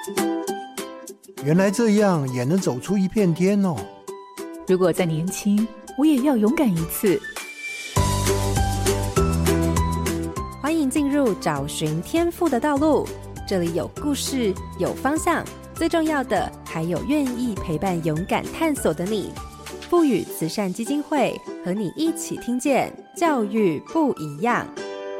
原来这样也能走出一片天哦。 如果再年轻，我也要勇敢一次。 欢迎进入找寻天赋的道路，这里有故事，有方向，最重要的还有愿意陪伴勇敢探索的你。富予慈善基金会和你一起听见教育不一样。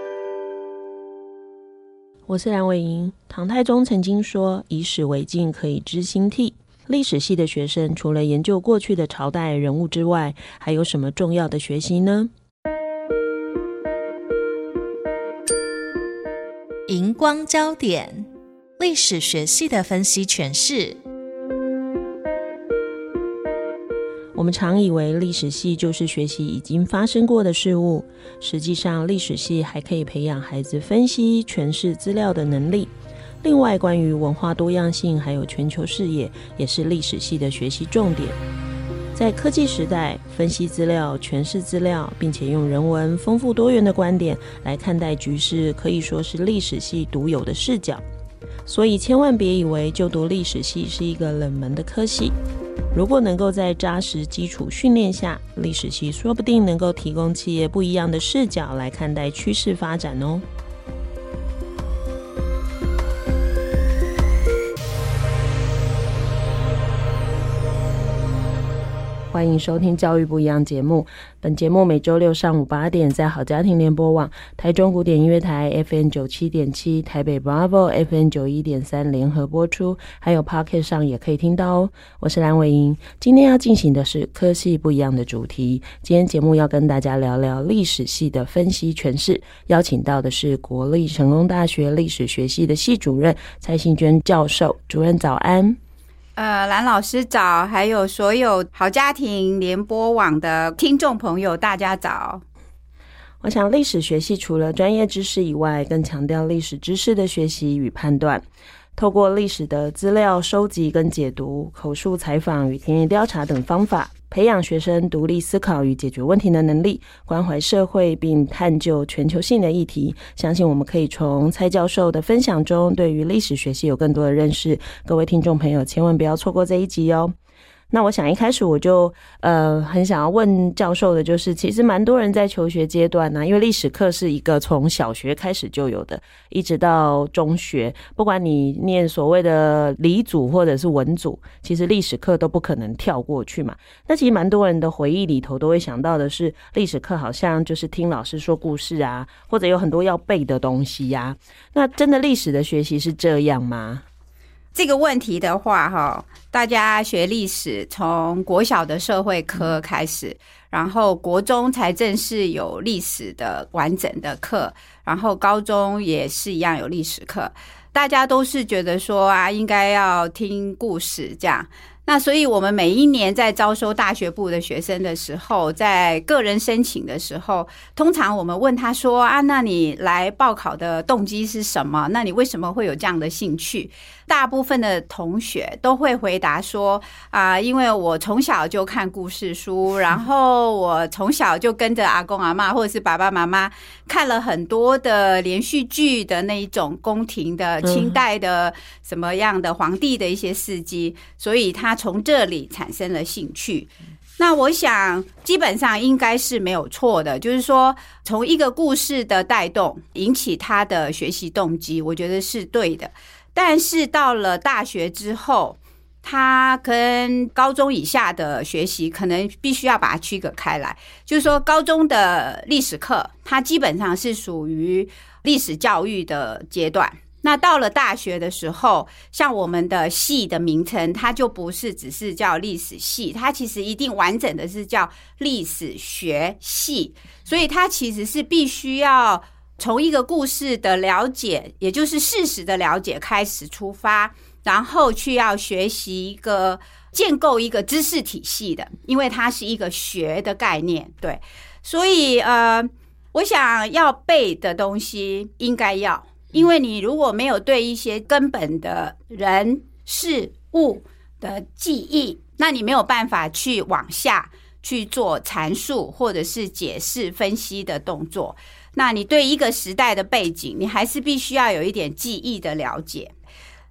我是蓝伟莹。唐太宗曾经说，以史为镜，可以知兴替。历史系的学生除了研究过去的朝代人物之外，还有什么重要的学习呢？ 荧光焦点，历史学系的分析诠释。 我们常以为历史系就是学习已经发生过的事物，实际上历史系还可以培养孩子分析、诠释资料的能力。另外，关于文化多样性还有全球视野，也是历史系的学习重点。在科技时代，分析资料、诠释资料，并且用人文丰富多元的观点来看待局势，可以说是历史系独有的视角。所以千万别以为就读历史系是一个冷门的科系。如果能够在扎实基础训练下，历史系说不定能够提供企业不一样的视角来看待趋势发展哦。欢迎收听教育不一样节目，本节目每周六上午8点在好家庭联播网、台中古典音乐台 FM97.7、台北 Bravo FM91.3 联合播出，还有 Podcast 上也可以听到哦。我是蓝伟莹，今天要进行的是科系不一样的主题。今天节目要跟大家聊聊历史系的分析诠释，邀请到的是国立成功大学历史学系的系主任蔡幸娟教授。主任早安。 蓝老师早，还有所有好家庭联播网的听众朋友，大家早。 我想历史学系除了专业知识以外，更强调历史知识的学习与判断，透过历史的资料收集跟解读、口述采访与田野调查等方法，培养学生独立思考与解决问题的能力，关怀社会并探究全球性的议题。相信我们可以从蔡教授的分享中，对于历史学系有更多的认识。各位听众朋友，千万不要错过这一集哦。那我想一开始我就很想要问教授的就是，其实蛮多人在求学阶段呢，因为历史课是一个从小学开始就有的，一直到中学，不管你念所谓的理组或者是文组，其实历史课都不可能跳过去嘛。那其实蛮多人的回忆里头都会想到的是，历史课好像就是听老师说故事啊，或者有很多要背的东西啊。那真的历史的学习是这样吗？ 这个问题的话，大家学历史从国小的社会科开始，然后国中才正式有历史的完整的课，然后高中也是一样有历史课。大家都是觉得说应该要听故事这样。那所以我们每一年在招收大学部的学生的时候，在个人申请的时候，通常我们问他说那你来报考的动机是什么？那你为什么会有这样的兴趣？大部分的同学都会回答说因为我从小就看故事书，然后我从小就跟着阿公阿嬷或者是爸爸妈妈看了很多的连续剧的那一种宫廷的清代的什么样的皇帝的一些事迹，所以他从这里产生了兴趣。那我想基本上应该是没有错的，就是说从一个故事的带动引起他的学习动机，我觉得是对的。但是到了大学之后，他跟高中以下的学习可能必须要把它区隔开来，就是说高中的历史课它基本上是属于历史教育的阶段，那到了大学的时候，像我们的系的名称它就不是只是叫历史系，它其实一定完整的是叫历史学系，所以它其实是必须要从一个故事的了解，也就是事实的了解开始出发，然后去要学习一个建构一个知识体系的，因为它是一个学的概念。对，所以我想要背的东西应该要，因为你如果没有对一些根本的人事物的记忆，那你没有办法去往下去做阐述或者是解释分析的动作。那你对一个时代的背景，你还是必须要有一点记忆的了解。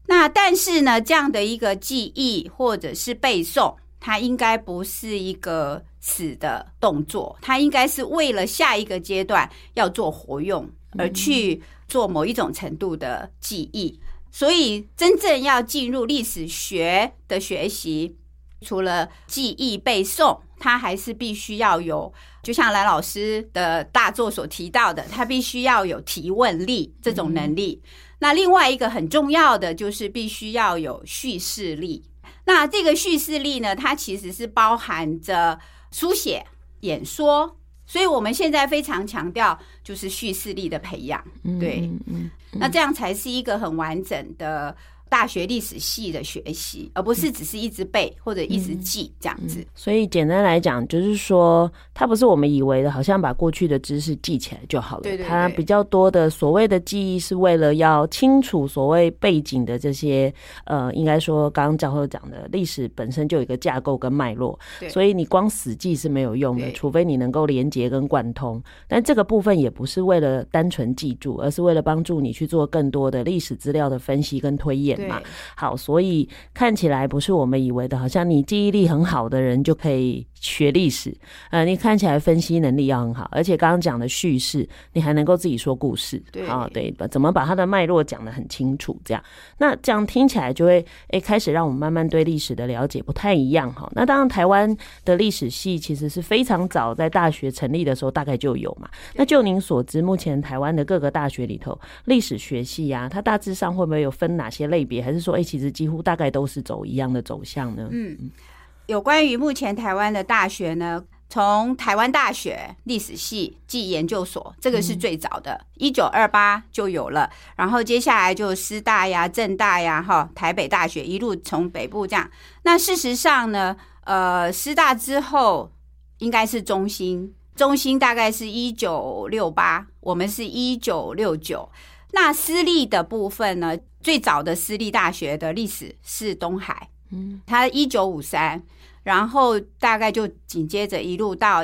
那但是呢，这样的一个记忆或者是背诵，它应该不是一个死的动作，它应该是为了下一个阶段要做活用而去做某一种程度的记忆。所以真正要进入历史学的学习，除了记忆背诵，它还是必须要有，就像蓝老师的大作所提到的，它必须要有提问力这种能力。那另外一个很重要的就是必须要有叙事力。那这个叙事力呢，它其实是包含着书写、演说，所以我们现在非常强调就是叙事力的培养。对，那这样才是一个很完整的大学历史系的学习，而不是只是一直背或者一直记这样子。 所以简单来讲，就是说它不是我们以为的好像把过去的知识记起来就好了。对，它比较多的所谓的记忆是为了要清楚所谓背景的这些应该说刚刚教授讲的历史本身就有一个架构跟脉络，所以你光死记是没有用的，除非你能够连结跟贯通。但这个部分也不是为了单纯记住，而是为了帮助你去做更多的历史资料的分析跟推演嘛。好，所以看起来不是我们以为的好像你记忆力很好的人就可以学历史，你看起来分析能力要很好，而且刚刚讲的叙事你还能够自己说故事。对，怎么把它的脉络讲得很清楚，这样那这样听起来就会开始让我们慢慢对历史的了解不太一样。那当然台湾的历史系其实是非常早在大学成立的时候大概就有嘛。那就您所知，目前台湾的各个大学里头历史学系啊，它大致上会不会有分哪些类别，还是说其实几乎大概都是走一样的走向呢？ 有关于目前台湾的大学呢，从台湾大学历史系暨研究所，这个是最早的，1928就有了，然后接下来就师大呀、政大呀、台北大学，一路从北部这样。那事实上呢，师大之后应该是中兴大概是1968，我们是1969。那私立的部分呢，最早的私立大学的历史是东海，它1953，然后大概就紧接着一路到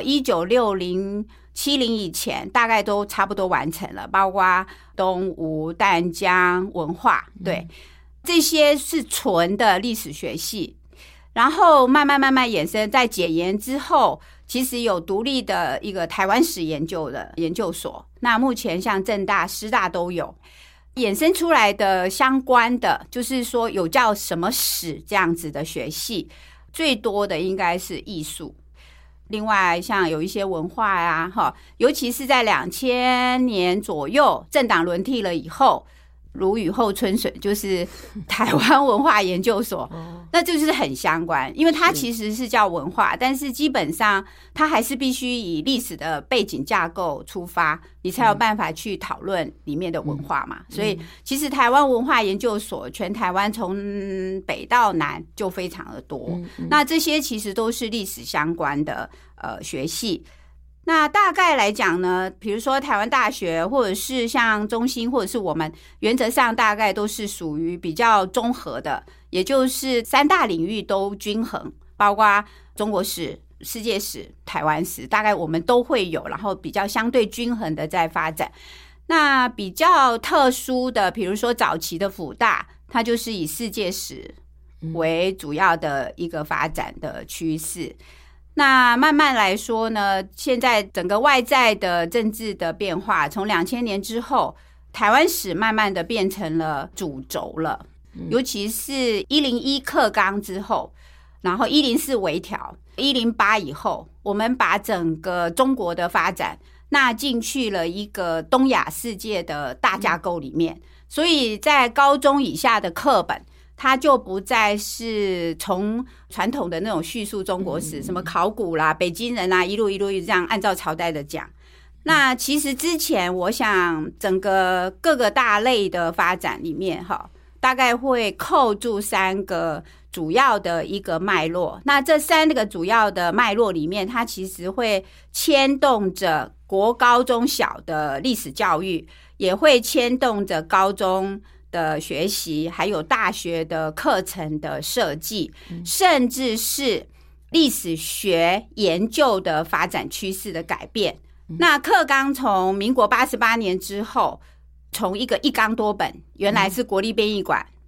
1960、70以前，大概都差不多完成了，包括东吴、淡江、文化，对，这些是纯的历史学系。然后慢慢衍生，在解严之后，其实有独立的一个台湾史研究的研究所，那目前像政大、师大都有衍生出来的相关的，就是说有叫什么史这样子的学系，最多的应该是艺术。另外像有一些文化呀，尤其是在2000年左右政党轮替了以后，如雨后春笋，就是台湾文化研究所，那就是很相关，因为它其实是叫文化，但是基本上它还是必须以历史的背景架构出发，你才有办法去讨论里面的文化嘛。所以其实台湾文化研究所全台湾从北到南就非常的多，那这些其实都是历史相关的学系。那大概来讲呢，比如说台湾大学或者是像中兴或者是我们，原则上大概都是属于比较综合的，也就是3大领域都均衡，包括中国史、世界史、台湾史，大概我们都会有，然后比较相对均衡的在发展。那比较特殊的，比如说早期的辅大，它就是以世界史为主要的一个发展的趋势。那慢慢来说呢，现在整个外在的政治的变化，从2000年之后，台湾史慢慢的变成了主轴了，尤其是101课纲之后，然后104微调，108以后，我们把整个中国的发展纳进去了一个东亚世界的大架构里面，所以在高中以下的课本，它就不再是从传统的那种叙述中国史，什么考古啦、北京人啦，一路这样按照朝代的讲。那其实之前我想整个各个大类的发展里面大概会扣住3个主要的一个脉络。那这3个主要的脉络里面，它其实会牵动着国高中小的历史教育，也会牵动着高中的学习，还有大学的课程的设计，甚至是历史学研究的发展趋势的改变。那课纲从民国88年之后，从一个1纲多本，原来是国立编译馆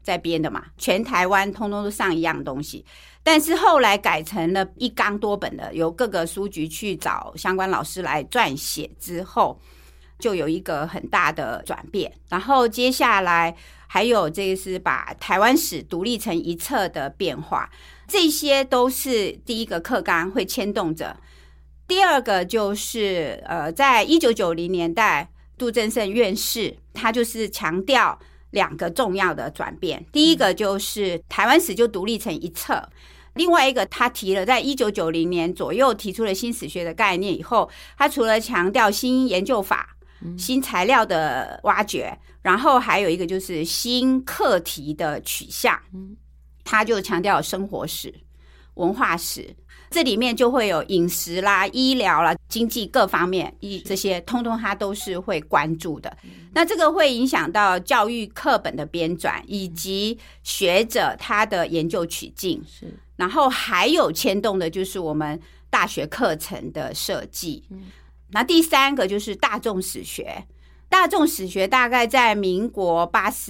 在编的嘛，全台湾通通都上一样东西。但是后来改成了一纲多本的，由各个书局去找相关老师来撰写之后，就有一个很大的转变。然后接下来还有这个是把台湾史独立成一册的变化，这些都是第一个课纲会牵动着。第二个就是在1990年代，杜正胜院士他就是强调2个重要的转变。第一个就是台湾史就独立成一册，另外一个他提了在1990年左右提出了新史学的概念以后，他除了强调新研究法、新材料的挖掘，然后还有一个就是新课题的取向，他就强调生活史、文化史，这里面就会有饮食啦、医疗啦、经济各方面，这些通通他都是会关注的。那这个会影响到教育课本的编纂，以及学者他的研究取径，然后还有牵动的就是我们大学课程的设计。那第三个就是大众史学。大众史学大概在民国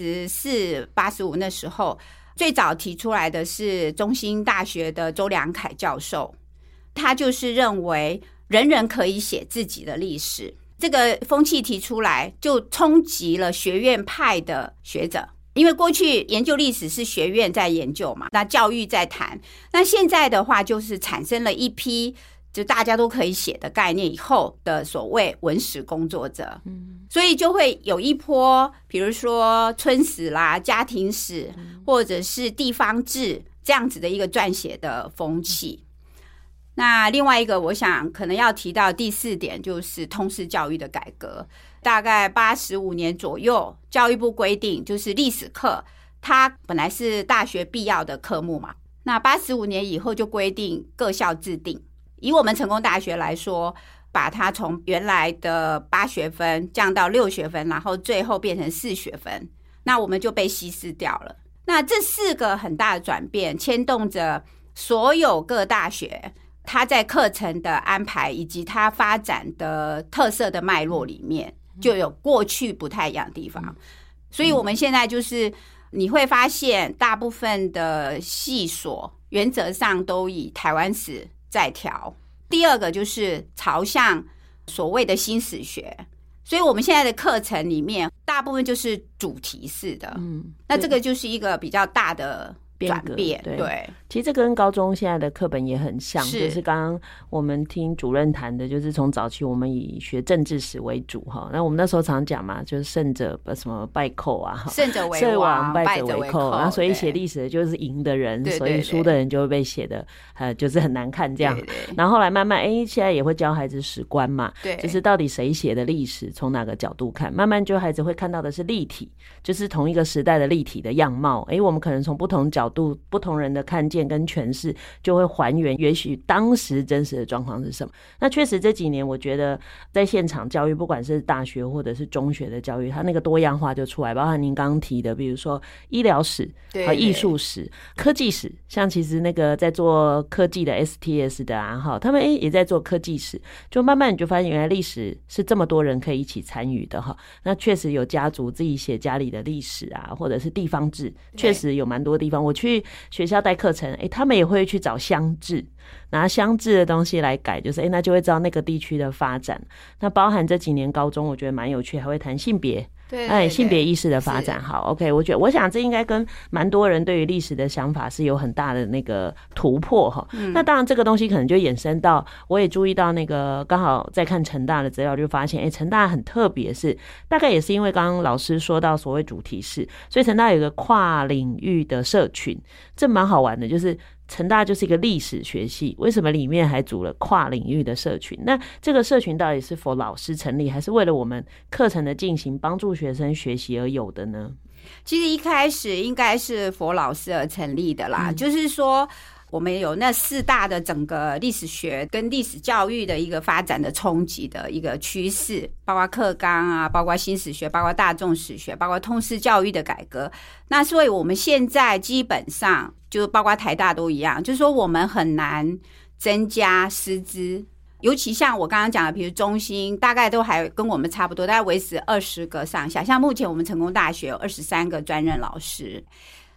84、85那时候，最早提出来的是中兴大学的周良凯教授，他就是认为人人可以写自己的历史。这个风气提出来，就冲击了学院派的学者。因为过去研究历史是学院在研究嘛，那教育在谈，那现在的话就是产生了一批就大家都可以写的概念以后的所谓文史工作者，所以就会有一波比如说村史啦、家庭史或者是地方志这样子的一个撰写的风气。那另外一个我想可能要提到第4点就是通识教育的改革。大概85年左右，教育部规定就是历史课它本来是大学必要的科目嘛，那85年以后就规定各校制定。以我们成功大学来说，把它从原来的8学分降到6学分，然后最后变成4学分，那我们就被稀释掉了。那这4个很大的转变牵动着所有各大学它在课程的安排以及它发展的特色的脉络里面就有过去不太一样的地方。所以我们现在就是你会发现大部分的系所原则上都以台湾史在调。第二个就是朝向所谓的新史学，所以我们现在的课程里面大部分就是主题式的，那这个就是一个比较大的转变。对， 其实这跟高中现在的课本也很像，就是刚刚我们听主任谈的，就是从早期我们以学政治史为主哈，那我们那时候常讲嘛，就是胜者什么败寇啊， 胜者为王， 败者为寇，那所以写历史的就是赢的人，所以输的人就会被写的就是很难看这样。然后后来慢慢现在也会教孩子史观嘛，对，就是到底谁写的历史，从哪个角度看，慢慢就孩子会看到的是立体，就是同一个时代的立体的样貌。我们可能从不同角度、不同人的看见跟诠释，就会还原也许当时真实的状况是什么。那确实这几年我觉得在现场教育，不管是大学或者是中学的教育，它那个多样化就出来，包含您刚刚提的比如说医疗史和艺术史、科技史，像其实那个在做科技的 STS 的他们也在做科技史，就慢慢你就发现原来历史是这么多人可以一起参与的那确实有家族自己写家里的历史或者是地方志，确实有蛮多地方我去学校带课程，他们也会去找乡志，拿乡志的东西来改，就是那就会知道那个地区的发展。那包含这几年高中我觉得蛮有趣，还会谈性别，对，性别意识的发展。好 OK， 我想这应该跟蛮多人对于历史的想法是有很大的那个突破那当然这个东西可能就衍生到，我也注意到那个刚好在看成大的资料，就发现成大很特别，是大概也是因为刚刚老师说到所谓主题式，所以成大有一个跨领域的社群，这蛮好玩的，就是成大就是一个历史学系，为什么里面还组了跨领域的社群？那这个社群到底是否老师成立，还是为了我们课程的进行帮助学生学习而有的呢？ 其实一开始应该是佛老师而成立的啦，就是说我们有那4大的整个历史学跟历史教育的一个发展的冲击的一个趋势，包括课纲包括新史学，包括大众史学，包括通识教育的改革。那所以我们现在基本上就包括台大都一样，就是说我们很难增加师资，尤其像我刚刚讲的比如中兴大概都还跟我们差不多，大概维持20个上下，像目前我们成功大学有23个专任老师。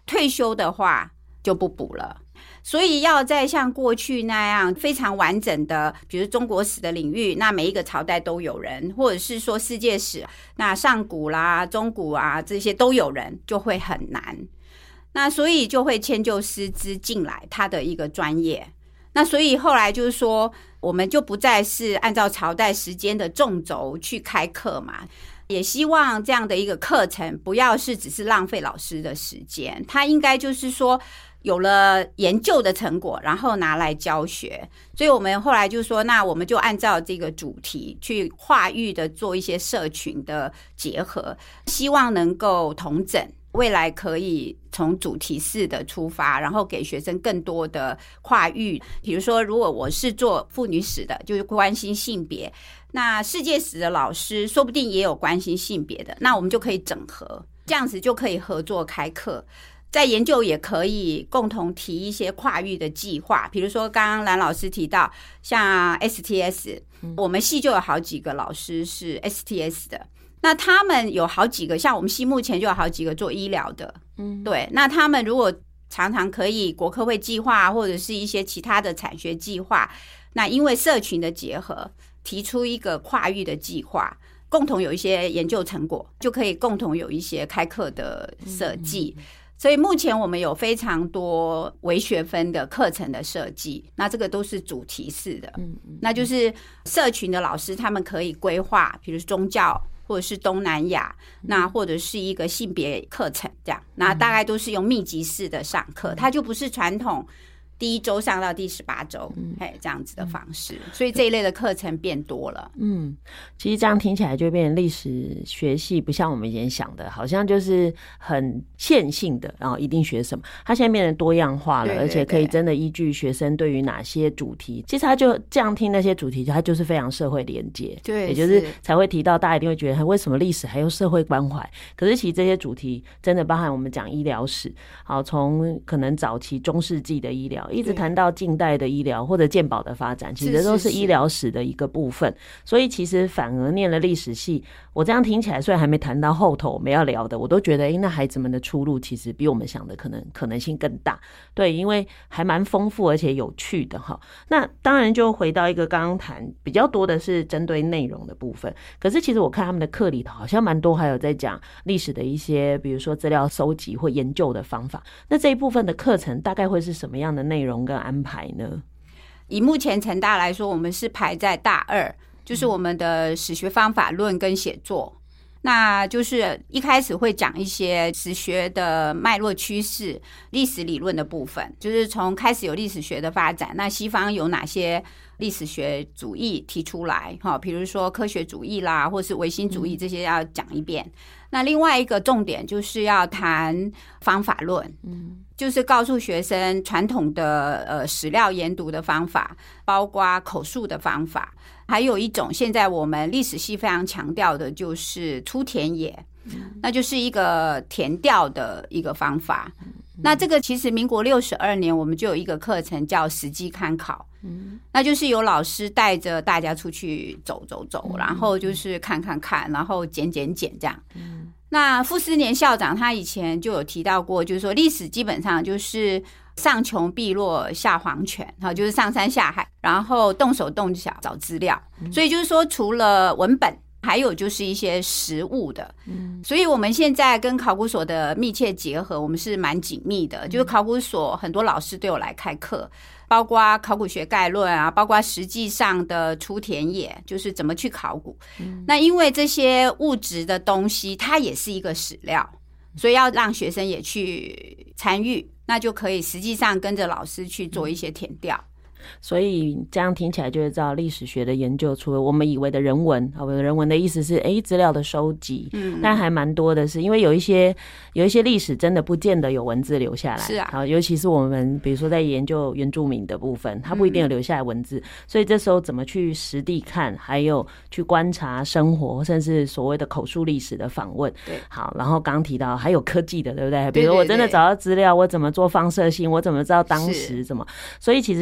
退休的话就不补了。所以要在像过去那样非常完整的，比如中国史的领域，那每一个朝代都有人，或者是说世界史，那上古啦、中古啊这些都有人，就会很难。那所以就会迁就师资进来他的一个专业。那所以后来就是说，我们就不再是按照朝代时间的纵轴去开课嘛。也希望这样的一个课程不要是只是浪费老师的时间，它应该就是说有了研究的成果，然后拿来教学。所以我们后来就说，那我们就按照这个主题去跨域的做一些社群的结合，希望能够统整，未来可以从主题式的出发，然后给学生更多的跨域。比如说如果我是做妇女史的，就是关心性别，那世界史的老师说不定也有关心性别的，那我们就可以整合，这样子就可以合作开课。在研究也可以共同提一些跨域的计划，比如说刚刚蓝老师提到像 STS， 我们系就有好几个老师是 STS 的，那他们有好几个，像我们系目前就有好几个做医疗的，对，那他们如果常常可以国科会计划或者是一些其他的产学计划，那因为社群的结合，提出一个跨域的计划，共同有一些研究成果，就可以共同有一些开课的设计。所以目前我们有非常多微学分的课程的设计，那这个都是主题式的，那就是社群的老师他们可以规划，比如宗教或者是东南亚，那或者是一个性别课程这样，那大概都是用密集式的上课，它就不是传统第1周上到第18周，这样子的方式，所以这一类的课程变多了。 其实这样听起来就变成历史学系不像我们以前想的，好像就是很线性的，然后一定学什么。它现在变成多样化了， 对对对， 而且可以真的依据学生对于哪些主题，其实他就这样听那些主题，它就是非常社会连接。 对， 也就是才会提到大家一定会觉得为什么历史还有社会关怀？可是其实这些主题真的包含我们讲医疗史，好，从可能早期中世纪的医疗。一直谈到近代的医疗或者健保的发展，其实都是医疗史的一个部分。所以其实反而念了历史系，我这样听起来虽然还没谈到后头我们要聊的，我都觉得那孩子们的出路其实比我们想的可能性更大。对，因为还蛮丰富而且有趣的哈。那当然就回到一个刚刚谈比较多的是针对内容的部分，可是其实我看他们的课里头好像蛮多还有在讲历史的一些比如说资料搜集或研究的方法。那这一部分的课程大概会是什么样的内容跟安排呢？ 以目前成大来说，我们是排在大2，就是我们的史学方法论跟写作。那就是一开始会讲一些史学的脉络趋势、历史理论的部分，就是从开始有历史学的发展，那西方有哪些历史学主义提出来，比如说科学主义啦，或是唯心主义，这些要讲一遍。那另外一个重点就是要谈方法论，就是告诉学生传统的史料研读的方法，包括口述的方法，还有一种现在我们历史系非常强调的就是出田野，那就是一个田调的一个方法。那这个其实民国62年我们就有一个课程叫实际勘考，那就是有老师带着大家出去走，然后就是看，然后剪这样。那傅斯年校长他以前就有提到过，就是说历史基本上就是上穷碧落下黄泉，就是上山下海，然后动手动脚找资料。所以就是说除了文本，还有就是一些实物的。所以我们现在跟考古所的密切结合，我们是蛮紧密的，就是考古所很多老师都有来开课，包括考古学概论啊，包括实际上的出田野，就是怎么去考古。那因为这些物质的东西它也是一个史料，所以要让学生也去参与，那就可以实际上跟着老师去做一些田调。 所以这样听起来就会知道历史学的研究除了我们以为的人文，人文的意思是资料的收集，但还蛮多的是因为有一些历史真的不见得有文字留下来， 是啊， 尤其是我们比如说在研究原住民的部分，它不一定有留下来文字，所以这时候怎么去实地看，还有去观察生活，甚至所谓的口述历史的访问。 对， 好，然后刚提到还有科技的，对不对？比如说我真的找到资料，我怎么做放射性，我怎么知道当时怎么，所以其实远比大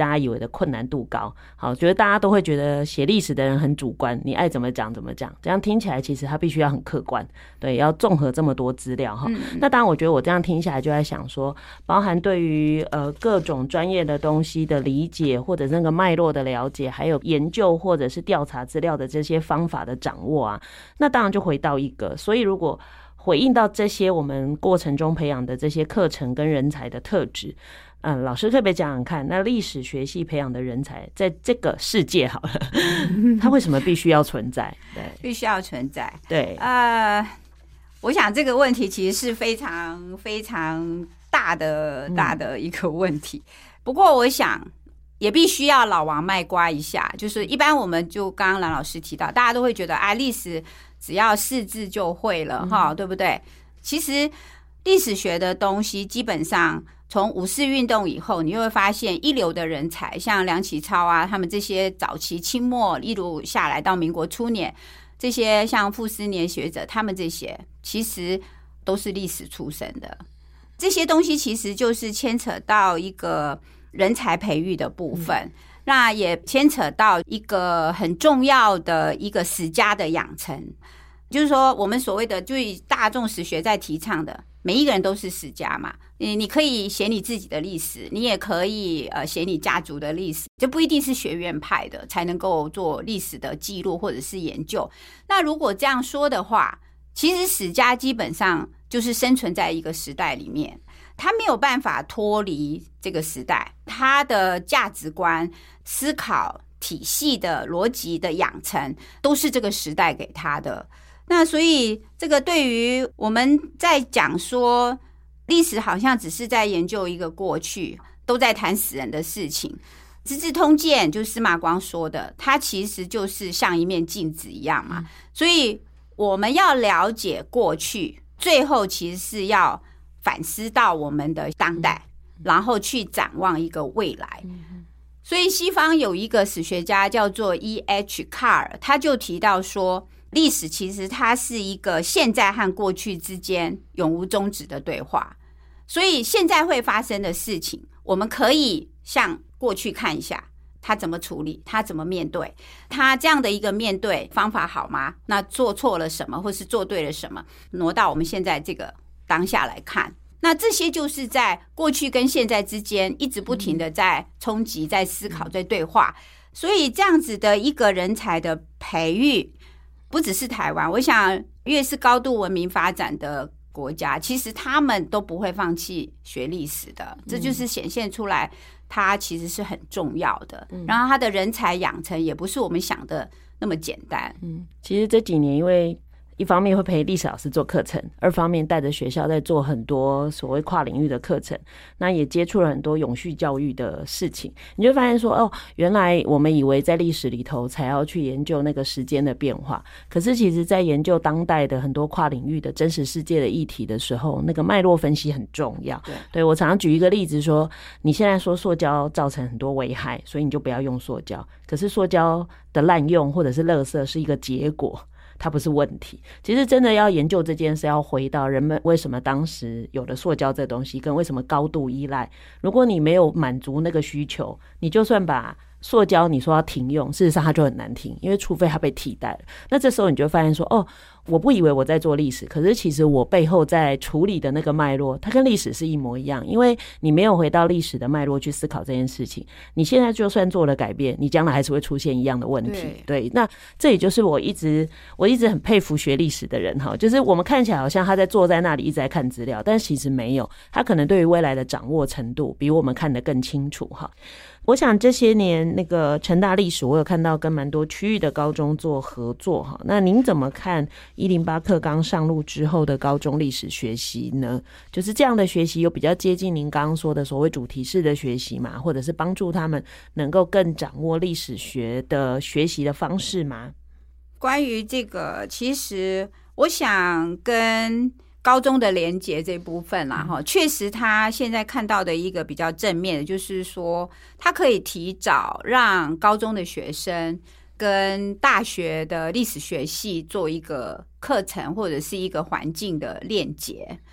家以为的困难度高。好，觉得大家都会觉得写历史的人很主观，你爱怎么讲怎么讲，这样听起来其实他必须要很客观，对，要综合这么多资料哈。那当然我觉得我这样听下来就在想说，包含对于各种专业的东西的理解，或者那个脉络的了解，还有研究或者是调查资料的这些方法的掌握啊，那当然就回到一个，所以如果回应到这些我们过程中培养的这些课程跟人才的特质，老师可不可以讲讲看，那历史学系培养的人才在这个世界好了，他为什么必须要存在？对， 必须要存在。 对， 我想这个问题其实是非常非常大的一个问题。不过我想也必须要老王卖瓜一下，就是一般我们就刚刚蓝老师提到，大家都会觉得历史只要识字就会了哈，对不对？其实历史学的东西基本上从五四运动以后，你就会发现一流的人才，像梁启超啊，他们这些早期清末一路下来到民国初年，这些像傅斯年学者，他们这些其实都是历史出身的。这些东西其实就是牵扯到一个人才培育的部分，那也牵扯到一个很重要的一个史家的养成，就是说我们所谓的就以大众史学在提倡的，每一个人都是史家嘛，你可以写你自己的历史，你也可以写你家族的历史，就不一定是学院派的才能够做历史的记录或者是研究。那如果这样说的话，其实史家基本上就是生存在一个时代里面，他没有办法脱离这个时代，他的价值观、思考体系的逻辑的养成都是这个时代给他的。那所以这个对于我们在讲说历史好像只是在研究一个过去，都在谈死人的事情，资治通鉴就是司马光说的，它其实就是像一面镜子一样嘛。所以我们要了解过去，最后其实是要反思到我们的当代，然后去展望一个未来。所以西方有一个史学家叫做 E.H. 卡尔，他就提到说，历史其实它是一个现在和过去之间永无终止的对话。所以现在会发生的事情，我们可以向过去看一下，他怎么处理，他怎么面对，他这样的一个面对方法好吗？那做错了什么，或是做对了什么，挪到我们现在这个当下来看。那这些就是在过去跟现在之间一直不停的在冲击、在思考、在对话。所以这样子的一个人才的培育，不只是台湾，我想越是高度文明发展的国家，其实他们都不会放弃学历史的，这就是显现出来它其实是很重要的。然后它的人才养成也不是我们想的那么简单。 其实这几年因为一方面会陪历史老师做课程，二方面带着学校在做很多所谓跨领域的课程，那也接触了很多永续教育的事情，你就发现说，原来我们以为在历史里头才要去研究那个时间的变化，可是其实在研究当代的很多跨领域的真实世界的议题的时候，那个脉络分析很重要。对，我常常举一个例子说，你现在说塑胶造成很多危害，所以你就不要用塑胶，可是塑胶的滥用或者是垃圾是一个结果，它不是问题。其实真的要研究这件事，要回到人们为什么当时有了塑胶这东西，跟为什么高度依赖。如果你没有满足那个需求，你就算把塑胶你说要停用，事实上它就很难停，因为除非它被替代了。那这时候你就会发现说，我不以为我在做历史，可是其实我背后在处理的那个脉络，它跟历史是一模一样。因为你没有回到历史的脉络去思考这件事情，你现在就算做了改变，你将来还是会出现一样的问题。对，那这也就是我一直很佩服学历史的人哈，就是我们看起来好像他在坐在那里一直在看资料，但其实没有，他可能对于未来的掌握程度比我们看得更清楚哈。我想这些年那个成大历史，我有看到跟蛮多区域的高中做合作哈。那您怎么看108课纲上路之后的高中历史学习呢？就是这样的学习有比较接近您刚刚说的所谓主题式的学习吗？或者是帮助他们能够更掌握历史学的学习的方式吗？ 关于这个，其实我想跟高中的连结这部分啦，确实他现在看到的一个比较正面的就是说，他可以提早让高中的学生跟大学的历史学系做一个课程或者是一个环境的链接，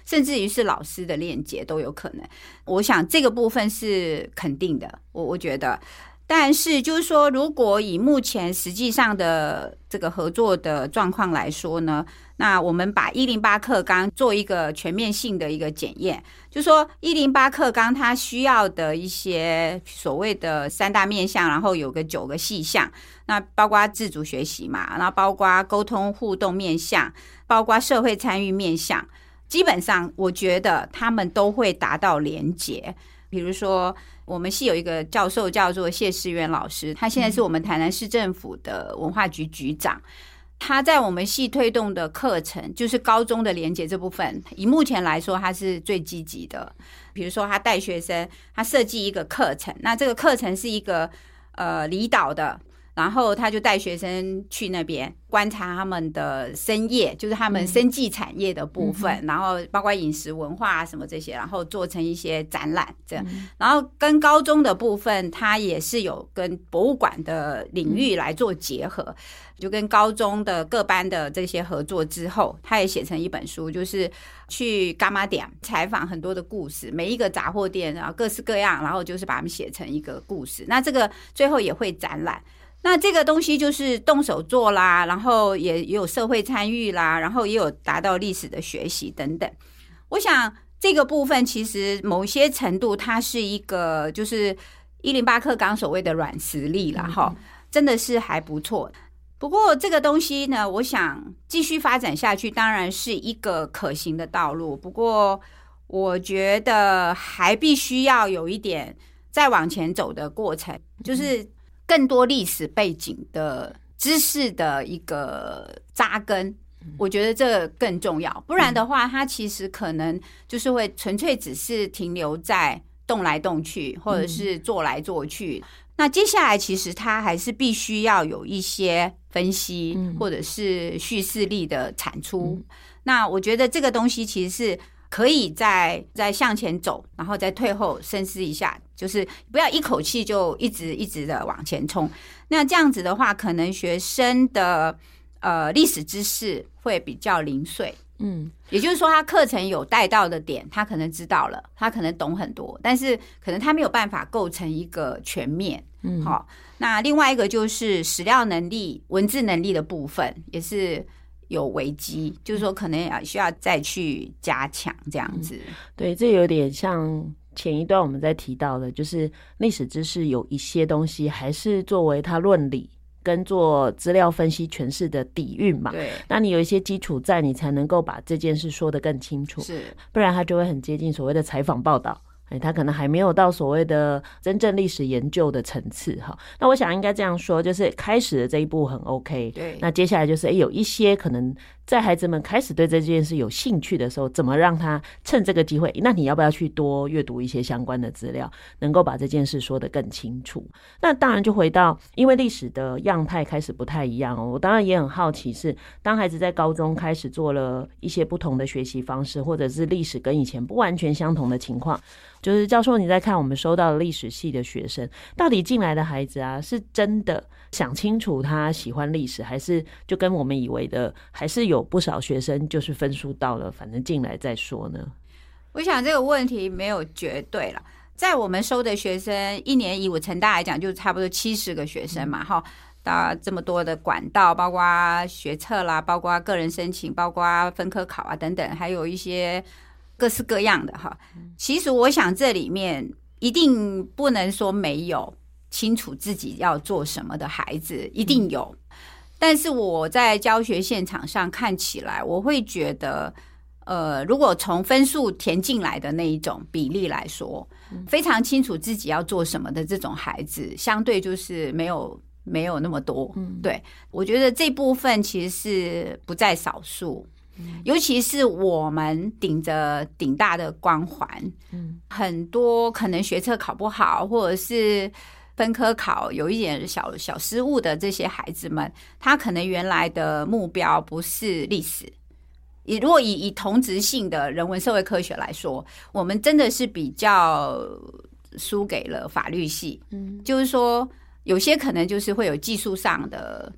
甚至于是老师的链接都有可能。我想这个部分是肯定的，我觉得。但是就是说，如果以目前实际上的这个合作的状况来说呢，那我们把108课纲做一个全面性的一个检验，就是说108课纲它需要的一些所谓的3大面向，然后有个9个细项，那包括自主学习嘛，然后包括沟通互动面向，包括社会参与面向，基本上我觉得他们都会达到连结。比如说我们系有一个教授叫做谢世渊老师，他现在是我们台南市政府的文化局局长，他在我们系推动的课程就是高中的连结这部分，以目前来说他是最积极的。比如说他带学生，他设计一个课程，那这个课程是一个离岛的，然后他就带学生去那边观察他们的生业，就是他们生技产业的部分，然后包括饮食文化啊什么这些，然后做成一些展览这样。然后跟高中的部分，他也是有跟博物馆的领域来做结合，就跟高中的各班的这些合作之后，他也写成一本书，就是去柑仔店采访很多的故事，每一个杂货店然后各式各样，然后就是把它们写成一个故事。那这个最后也会展览。那这个东西就是动手做啦，然后也有社会参与啦，然后也有达到历史的学习等等。我想这个部分其实某些程度它是一个就是108课纲所谓的软实力啦，真的是还不错。不过这个东西呢，我想继续发展下去当然是一个可行的道路，不过我觉得还必须要有一点再往前走的过程，就是更多历史背景的知识的一个扎根，我觉得这更重要。不然的话，它其实可能就是会纯粹只是停留在动来动去，或者是做来做去。那接下来其实它还是必须要有一些分析或者是叙事力的产出。那我觉得这个东西其实是可以再向前走，然后再退后深思一下，就是不要一口气就一直的往前冲。那这样子的话，可能学生的历史知识会比较零碎。也就是说他课程有带到的点他可能知道了，他可能懂很多，但是可能他没有办法构成一个全面。好，那另外一个就是史料能力、文字能力的部分也是有危机，就是说可能也需要再去加强这样子。 对，这有点像前一段我们在提到的，就是历史知识有一些东西还是作为它论理跟做资料分析诠释的底蕴嘛。 对， 那你有一些基础在，你才能够把这件事说得更清楚， 是， 不然它就会很接近所谓的采访报道。他可能还没有到所谓的真正历史研究的层次哈。那我想应该这样说，就是开始的这一步很 OK。 对， 那接下来就是有一些可能在孩子们开始对这件事有兴趣的时候，怎么让他趁这个机会？那你要不要去多阅读一些相关的资料，能够把这件事说得更清楚？那当然就回到，因为历史的样态开始不太一样哦。我当然也很好奇是，当孩子在高中开始做了一些不同的学习方式，或者是历史跟以前不完全相同的情况。就是教授你在看我们收到的历史系的学生，到底进来的孩子啊，是真的想清楚他喜欢历史，还是就跟我们以为的，还是有不少学生就是分数到了反正进来再说呢？ 我想这个问题没有绝对了，在我们收的学生一年以我成大来讲就差不多70个学生嘛，到这么多的管道，包括学测啦，包括个人申请，包括分科考啊等等，还有一些各式各样的哈。其实我想这里面一定不能说没有清楚自己要做什么的孩子，一定有。但是我在教学现场上看起来，我会觉得如果从分数填进来的那一种比例来说，非常清楚自己要做什么的这种孩子，相对就是没有那么多。对，我觉得这部分其实是不在少数。尤其是我们顶着顶大的光环，很多可能学测考不好，或者是分科考有一点小失误的这些孩子们，他可能原来的目标不是历史。如果以同质性的人文社会科学来说，我们真的是比较输给了法律系。就是说有些可能就是会有技术上的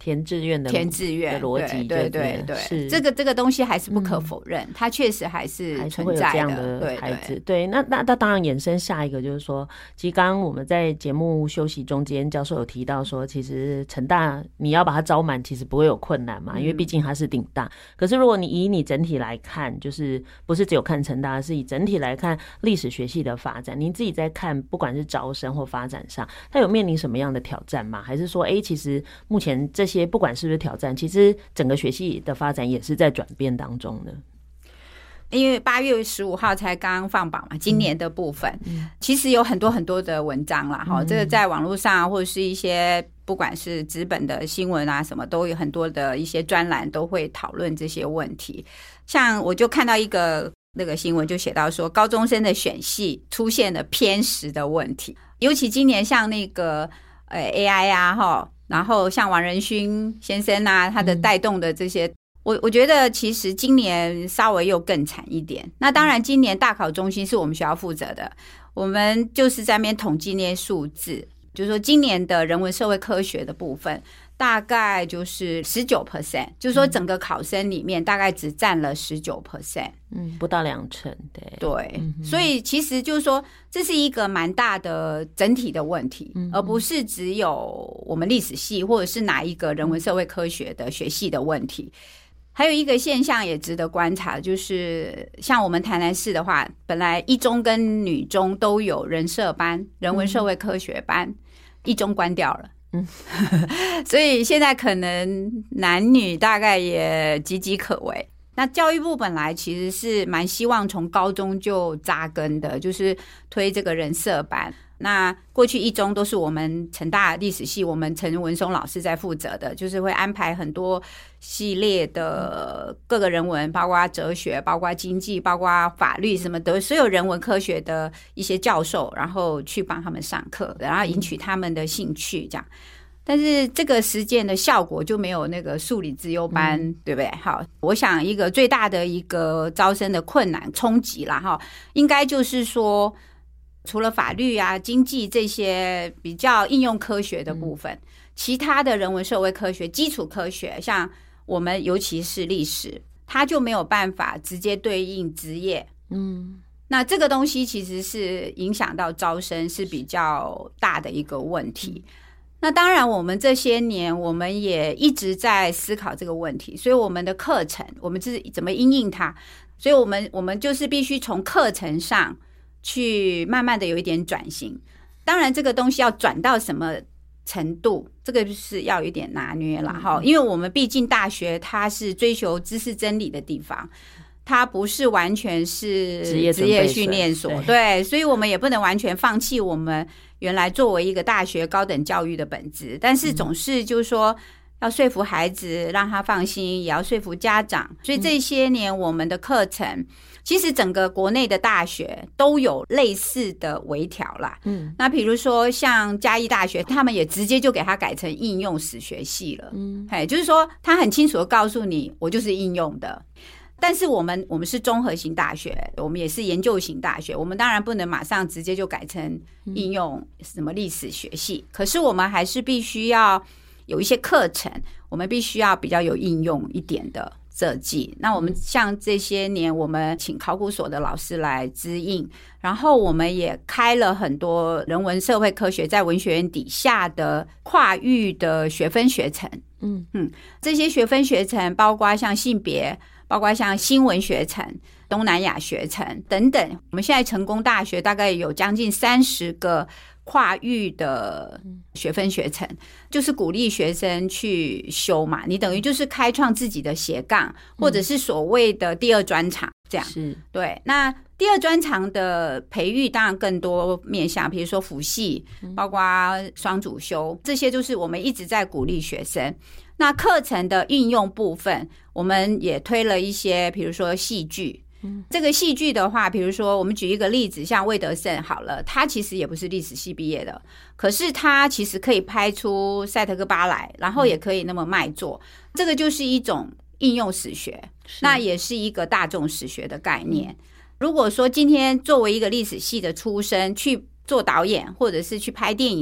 填志愿的逻辑， 对，是这个东西还是不可否认，它确实还是存在的， 这样的孩子。对，那当然衍生下一个就是说，其实刚刚我们在节目休息中间，教授有提到说，其实成大你要把它招满，其实不会有困难嘛，因为毕竟它是顶大。可是如果你以你整体来看，就是不是只有看成大，是以整体来看历史学系的发展，您自己在看，不管是招生或发展上，它有面临什么样的挑战吗？还是说，其实目前这些不管是不是挑战，其实整个学系的发展也是在转变当中的。 因为8月15号才刚放榜嘛，今年的部分，其实有很多很多的文章啦，这个在网络上或者是一些不管是纸本的新闻啊什么，都有很多的一些专栏都会讨论这些问题。像我就看到一个那个新闻就写到说，高中生的选系出现了偏食的问题，尤其今年像那个AI 啊然后像王仁勋先生啊，他的带动的这些，我觉得其实今年稍微又更惨一点。那当然今年大考中心是我们学校负责的，我们就是在那边统计那些数字，就是说今年的人文社会科学的部分大概就是 19%， 就是说整个考生里面大概只占了 19%， 不到2成。 对，所以其实就是说这是一个蛮大的整体的问题，而不是只有我们历史系或者是哪一个人文社会科学的学系的问题。还有一个现象也值得观察，就是像我们台南市的话，本来一中跟女中都有人社班、人文社会科学班，一中关掉了。所以现在可能男女大概也岌岌可危。那教育部本来其实是蛮希望从高中就扎根的，就是推这个人社班。那过去一中都是我们成大历史系，我们陈文松老师在负责的，就是会安排很多系列的各个人文，包括哲学，包括经济，包括法律什么的，所有人文科学的一些教授，然后去帮他们上课，然后引起他们的兴趣这样。但是这个实践的效果就没有那个数理资优班，对不对？好，我想一个最大的一个招生的困难冲击啦，应该就是说，除了法律啊、经济这些比较应用科学的部分，其他的人文社会科学、基础科学，像我们尤其是历史，它就没有办法直接对应职业。那这个东西其实是影响到招生是比较大的一个问题。那当然我们这些年我们也一直在思考这个问题，所以我们的课程我们是怎么因应它，所以我们就是必须从课程上去慢慢的有一点转型。当然这个东西要转到什么程度，这个就是要有一点拿捏啦，因为我们毕竟大学它是追求知识真理的地方，它不是完全是职业训练所，对，所以我们也不能完全放弃我们原来作为一个大学高等教育的本质，但是总是就是说要说服孩子让他放心，也要说服家长。所以这些年我们的课程其实整个国内的大学都有类似的微调啦。那比如说像嘉义大学，他们也直接就给他改成应用史学系了。就是说他很清楚的告诉你，我就是应用的。但是我们是综合型大学，我们也是研究型大学，我们当然不能马上直接就改成应用什么历史学系，可是我们还是必须要有一些课程，我们必须要比较有应用一点的设计。那我们像这些年我们请考古所的老师来指引，然后我们也开了很多人文社会科学在文学院底下的跨域的学分学程。这些学分学程包括像性别，包括像新闻学程、东南亚学程等等。我们现在成功大学大概有将近30个跨域的学分学程，就是鼓励学生去修嘛，你等于就是开创自己的斜杠，或者是所谓的第二专长这样。是，对。那第二专长的培育当然更多面向，比如说辅系，包括双主修，这些就是我们一直在鼓励学生。那课程的应用部分，我们也推了一些，比如说戏剧。这个戏剧的话，比如说我们举一个例子，像魏德胜好了，他其实也不是历史系毕业的，可是他其实可以拍出赛特克巴莱，然后也可以那么卖座，这个就是一种应用史学，那也是一个大众史学的概念。如果说今天作为一个历史系的出身去做导演或者是去拍电影，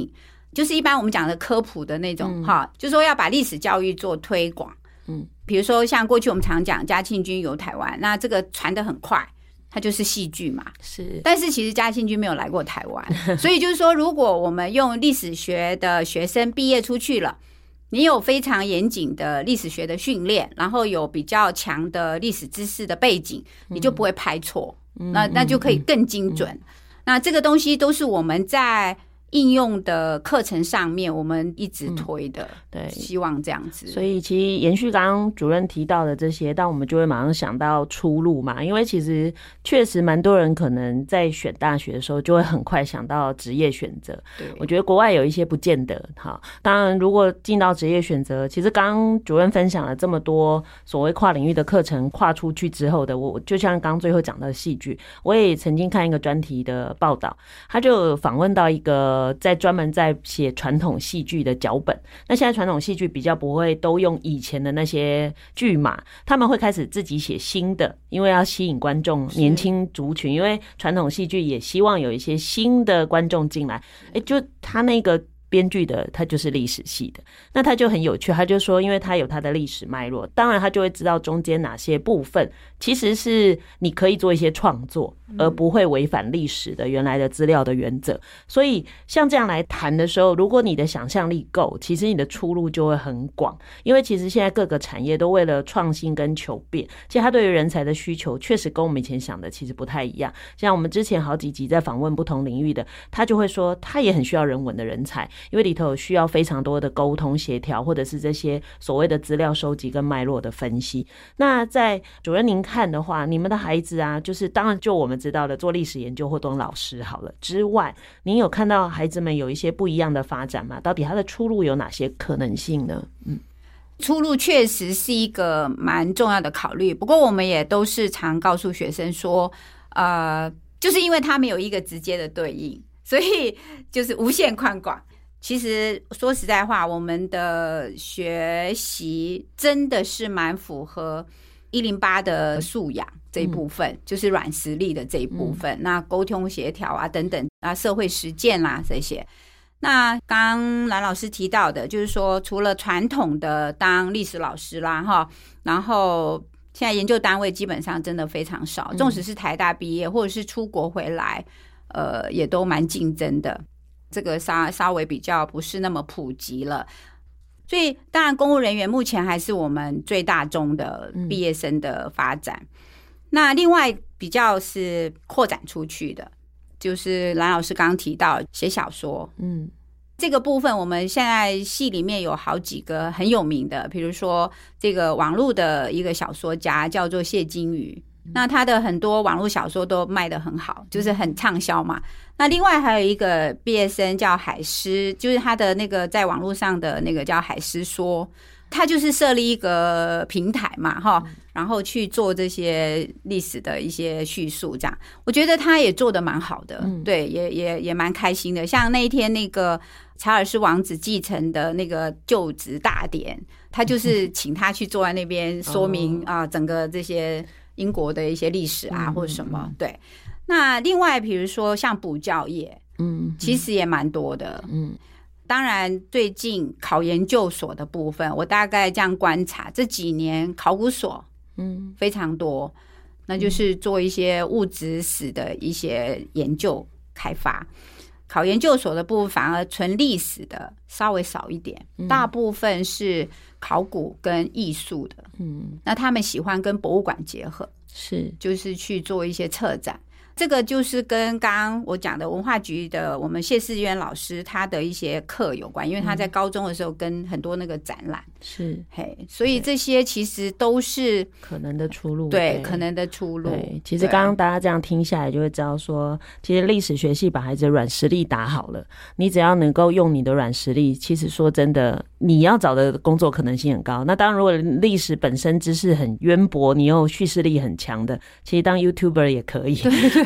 就是一般我们讲的科普的那种就是说要把历史教育做推广。比如说像过去我们常讲嘉庆君游台湾，那这个传得很快，它就是戏剧嘛， 是。 但是其实嘉庆君没有来过台湾，所以就是说，如果我们用历史学的学生毕业出去了，你有非常严谨的历史学的训练，然后有比较强的历史知识的背景，你就不会拍错，那就可以更精准。那这个东西都是我们在应用的课程上面我们一直推的， 对， 希望这样子。 所以其实延续刚刚主任提到的这些，但我们就会马上想到出路嘛，因为其实确实蛮多人可能在选大学的时候就会很快想到职业选择。 对， 我觉得国外有一些不见得哈。当然如果进到职业选择，其实刚刚主任分享了这么多所谓跨领域的课程，跨出去之后的，我就像刚刚最后讲到的戏剧，我也曾经看一个专题的报道，他就访问到一个专门在写传统戏剧的脚本。那现在传统戏剧比较不会都用以前的那些剧码，他们会开始自己写新的，因为要吸引观众年轻族群，因为传统戏剧也希望有一些新的观众进来。就他那个编剧的他就是历史系的，那他就很有趣，他就说因为他有他的历史脉络，当然他就会知道中间哪些部分其实是你可以做一些创作，而不会违反历史的原来的资料的原则。所以像这样来谈的时候，如果你的想象力够，其实你的出路就会很广，因为其实现在各个产业都为了创新跟求变，其实他对于人才的需求确实跟我们以前想的其实不太一样。像我们之前好几集在访问不同领域的，他就会说他也很需要人文的人才，因为里头有需要非常多的沟通协调，或者是这些所谓的资料收集跟脉络的分析。那在主任您看的话，你们的孩子啊，就是当然就我们知道的做历史研究或当老师好了之外，您有看到孩子们有一些不一样的发展吗？到底他的出路有哪些可能性呢？ 出路确实是一个蛮重要的考虑，不过我们也都是常告诉学生说就是因为他们有一个直接的对应，所以就是无限宽广。其实说实在话，我们的学习真的是蛮符合108的素养这一部分，就是软实力的这一部分，那沟通协调啊等等啊，社会实践啦这些。那刚刚蓝老师提到的就是说，除了传统的当历史老师啦然后现在研究单位基本上真的非常少，纵使是台大毕业或者是出国回来也都蛮竞争的，这个稍微比较不是那么普及了。所以当然公务人员目前还是我们最大宗的毕业生的发展。那另外比较是扩展出去的，就是蓝老师刚刚提到写小说，这个部分我们现在系里面有好几个很有名的，比如说这个网络的一个小说家叫做谢金鱼，那他的很多网络小说都卖得很好，就是很畅销嘛。那另外还有一个毕业生叫海狮，就是他的那个在网络上的那个叫海狮说，他就是设立一个平台嘛然后去做这些历史的一些叙述，这样我觉得他也做得蛮好的，对，也蛮开心的。像那一天那个查尔斯王子继承的那个就职大典，他就是请他去坐在那边说明整个这些英国的一些历史啊或者什么，对。那另外比如说像补教业其实也蛮多的，当然最近考研究所的部分，我大概这样观察，这几年考古所非常多，那就是做一些物质史的一些研究开发。考研究所的部分反而纯历史的稍微少一点，大部分是考古跟艺术的，那他们喜欢跟博物馆结合， 是就是去做一些策展。这个就是跟刚刚我讲的文化局的我们谢世渊老师他的一些课有关，因为他在高中的时候跟很多那个展览是所以这些其实都是可能的出路， 对，可能的出路。 对，其实刚刚大家这样听下来就会知道说，其实历史学系把孩子的软实力打好了，你只要能够用你的软实力，其实说真的你要找的工作可能性很高。那当然如果历史本身知识很渊博，你又叙事力很强的，其实当 YouTuber 也可以，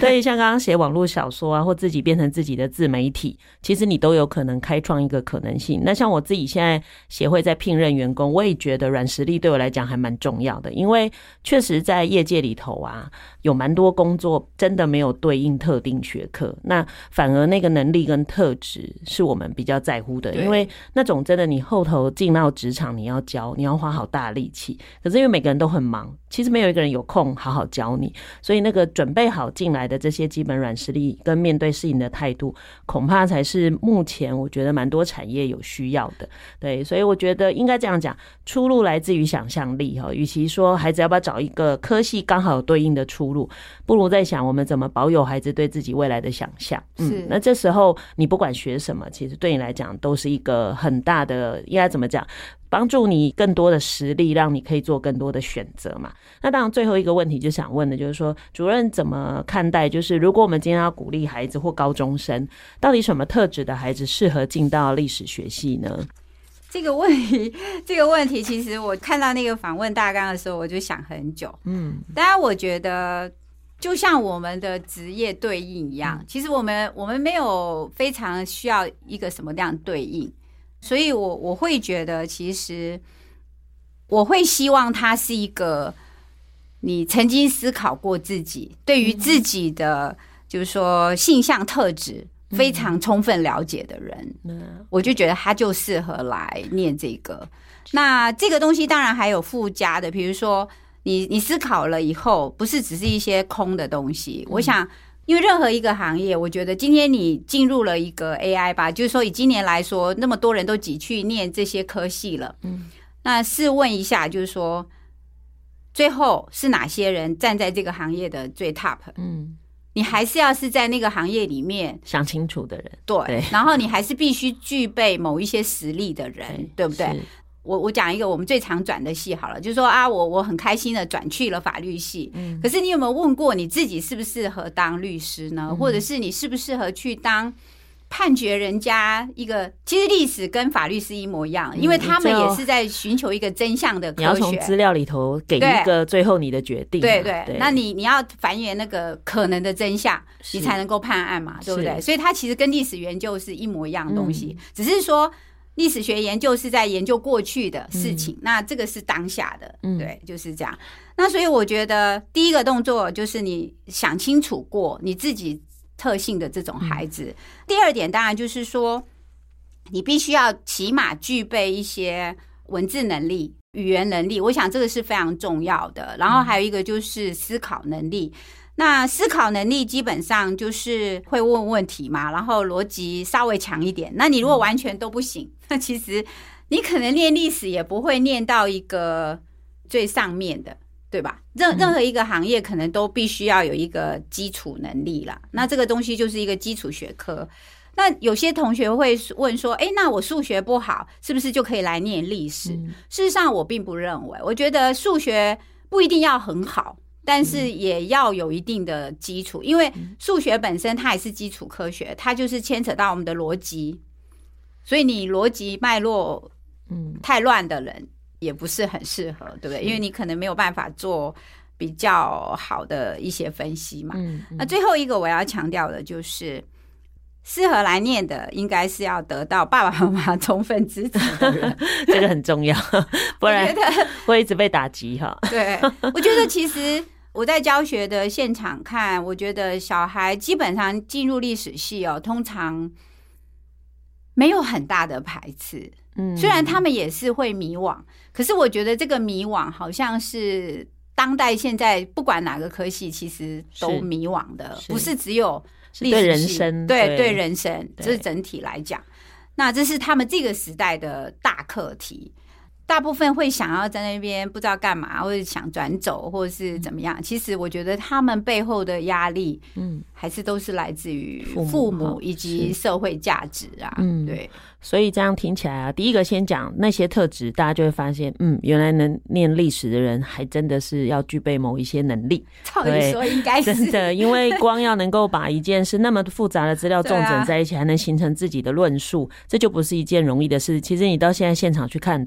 对，像刚刚写网络小说啊，或自己变成自己的自媒体，其实你都有可能开创一个可能性。那像我自己现在协会在聘任员工，我也觉得软实力对我来讲还蛮重要的，因为确实在业界里头啊，有蛮多工作真的没有对应特定学科，那反而那个能力跟特质是我们比较在乎的，因为那种真的你后头进到职场你要教，你要花好大的力气，可是因为每个人都很忙，其实没有一个人有空好好教你，所以那个准备好进来的这些基本软实力跟面对事情的态度，恐怕才是目前我觉得蛮多产业有需要的。对，所以我觉得应该这样讲，出路来自于想象力，与其说孩子要不要找一个科系刚好有对应的出路，不如在想我们怎么保有孩子对自己未来的想象。那这时候你不管学什么，其实对你来讲都是一个很大的，应该怎么讲，帮助你更多的实力，让你可以做更多的选择嘛。那当然最后一个问题就想问的就是说，主任怎么看待，就是如果我们今天要鼓励孩子或高中生，到底什么特质的孩子适合进到历史学系呢？ 这个问题其实我看到那个访问大纲的时候我就想很久。当然我觉得就像我们的职业对应一样，其实我们没有非常需要一个什么样对应，所以我会觉得其实我会希望他是一个你曾经思考过自己对于自己的就是说性向特质非常充分了解的人，我就觉得他就适合来念这个。那这个东西当然还有附加的，比如说你思考了以后不是只是一些空的东西。我想因为任何一个行业，我觉得今天你进入了一个 AI 吧，就是说以今年来说那么多人都挤去念这些科系了，那试问一下，就是说最后是哪些人站在这个行业的最 top？你还是要是在那个行业里面想清楚的人， 对，然后你还是必须具备某一些实力的人， 对不对？我讲一个我们最常转的系好了，就是说啊，我很开心的转去了法律系，可是你有没有问过你自己适不适合当律师呢？或者是你适不适合去当判决人家一个？其实历史跟法律是一模一样，因为他们也是在寻求一个真相的科学。 你要从资料里头给一个最后你的决定。 对，那你要还原那个可能的真相，你才能够判案嘛，对不对？所以它其实跟历史研究是一模一样的东西，只是说历史学研究是在研究过去的事情，那这个是当下的，对，就是这样。那所以我觉得第一个动作就是你想清楚过你自己特性的这种孩子。第二点当然就是说你必须要起码具备一些文字能力、语言能力，我想这个是非常重要的。然后还有一个就是思考能力。那思考能力基本上就是会问问题嘛，然后逻辑稍微强一点。那你如果完全都不行，那其实你可能念历史也不会念到一个最上面的，对吧？任何一个行业可能都必须要有一个基础能力啦。那这个东西就是一个基础学科。那有些同学会问说，那我数学不好，是不是就可以来念历史？事实上我并不认为，我觉得数学不一定要很好，但是也要有一定的基础，因为数学本身它也是基础科学，它就是牵扯到我们的逻辑，所以你逻辑脉络太乱的人也不是很适合，对不对？因为你可能没有办法做比较好的一些分析嘛。那最后一个我要强调的就是适合来念的应该是要得到爸爸妈妈充分支持的人这个很重要，不然会一直被打击哈。 对，我觉得其实我在教学的现场看，我觉得小孩基本上进入历史系通常没有很大的排斥。虽然他们也是会迷惘，可是我觉得这个迷惘好像是当代现在不管哪个科系其实都迷惘的，不是只有历史系， 对人生， 对人生，这是整体来讲。那这是他们这个时代的大课题。大部分会想要在那边不知道干嘛，或者想转走，或者是怎么样。其实我觉得他们背后的压力，还是都是来自于父母以及社会价值啊。对。 所以这样听起来啊，第一个先讲那些特质，大家就会发现，原来能念历史的人还真的是要具备某一些能力。 照理说应该是真的，因为光要能够把一件事那么复杂的资料重整在一起，还能形成自己的论述，这就不是一件容易的事。其实你到现在现场去看很多孩子，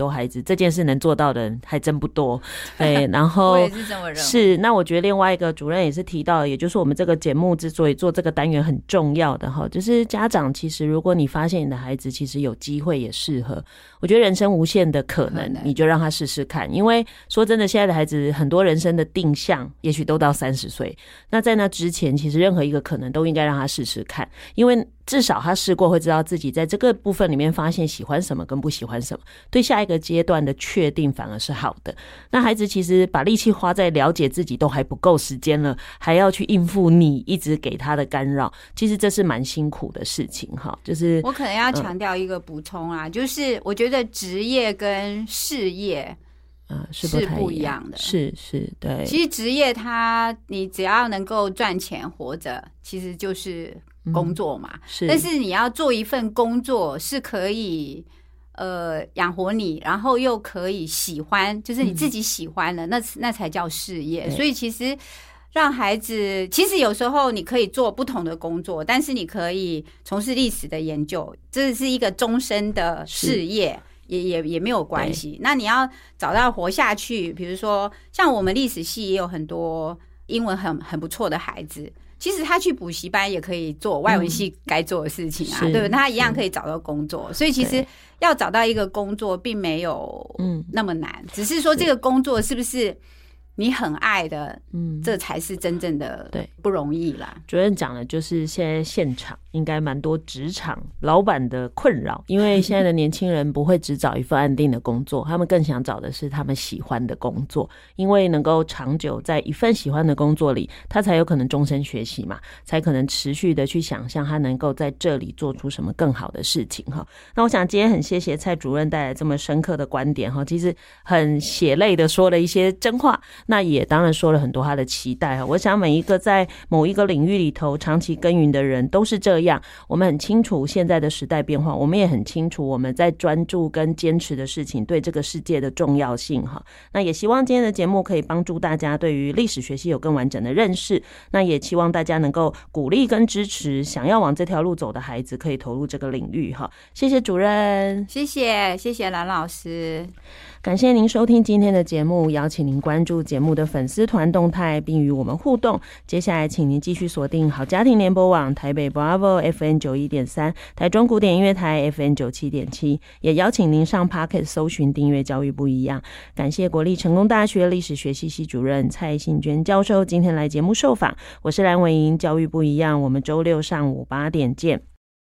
这件事能做到的人还真不多。对，然后我也是这么认为。 是，那我觉得另外一个主任也是提到，也就是我们这个节目之所以做这个单元很重要的哈，就是家长其实如果你发现你的孩子其实有机会也适合，我觉得人生无限的可能，你就让他试试看。因为说真的，现在的孩子很多人生的定向也许都到30岁，那在那之前其实任何一个可能都应该让他试试看，因为至少他试过会知道自己在这个部分里面发现喜欢什么跟不喜欢什么，对下一个阶段的确定反而是好的。那孩子其实把力气花在了解自己都还不够时间了，还要去应付你一直给他的干扰，其实这是蛮辛苦的事情哈。就是我可能要强调一个补充啊，就是我觉得职业跟事业是不一样的， 是对。 其实职业你只要能够赚钱活着，其实就是工作嘛。 是，但是你要做一份工作是可以养活你，然后又可以喜欢，就是你自己喜欢的，那才叫事业。所以其实让孩子，其实有时候你可以做不同的工作，但是你可以从事历史的研究，这是一个终身的事业。也没有关系。那你要找到活下去，比如说像我们历史系也有很多英文很不错的孩子，其实他去补习班也可以做外文系该做的事情啊，对不对？他一样可以找到工作。所以其实要找到一个工作并没有那么难，只是说这个工作是不是你很爱的，这才是真正的不容易啦。 主任讲的就是现在现场应该蛮多职场老板的困扰，因为现在的年轻人不会只找一份安定的工作，他们更想找的是他们喜欢的工作，因为能够长久在一份喜欢的工作里，他才有可能终身学习嘛，才可能持续的去想象他能够在这里做出什么更好的事情哈。那我想今天很谢谢蔡主任带来这么深刻的观点哈，其实很血泪的说了一些真话，那也当然说了很多他的期待。我想每一个在某一个领域里头长期耕耘的人都是这样，我们很清楚现在的时代变化，我们也很清楚我们在专注跟坚持的事情对这个世界的重要性。那也希望今天的节目可以帮助大家对于历史学习有更完整的认识，那也期望大家能够鼓励跟支持想要往这条路走的孩子可以投入这个领域。谢谢主任， 谢谢蓝老师， 感谢您收听今天的节目，邀请您关注节目的粉丝团动态并与我们互动。接下来请您继续锁定好家庭联播网台北 Bravo FM 91.3，台中古典音乐台 FM 97.7，也邀请您上 Podcast 搜寻订阅教育不一样。感谢国立成功大学历史学系系主任蔡信娟教授今天来节目受访，我是蓝伟莹，教育不一样，我们周六上午8点见。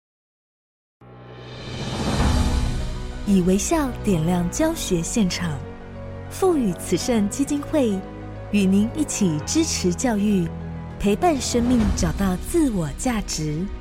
以微笑点亮教学现场，富予慈善基金会与您一起支持教育，陪伴生命找到自我价值。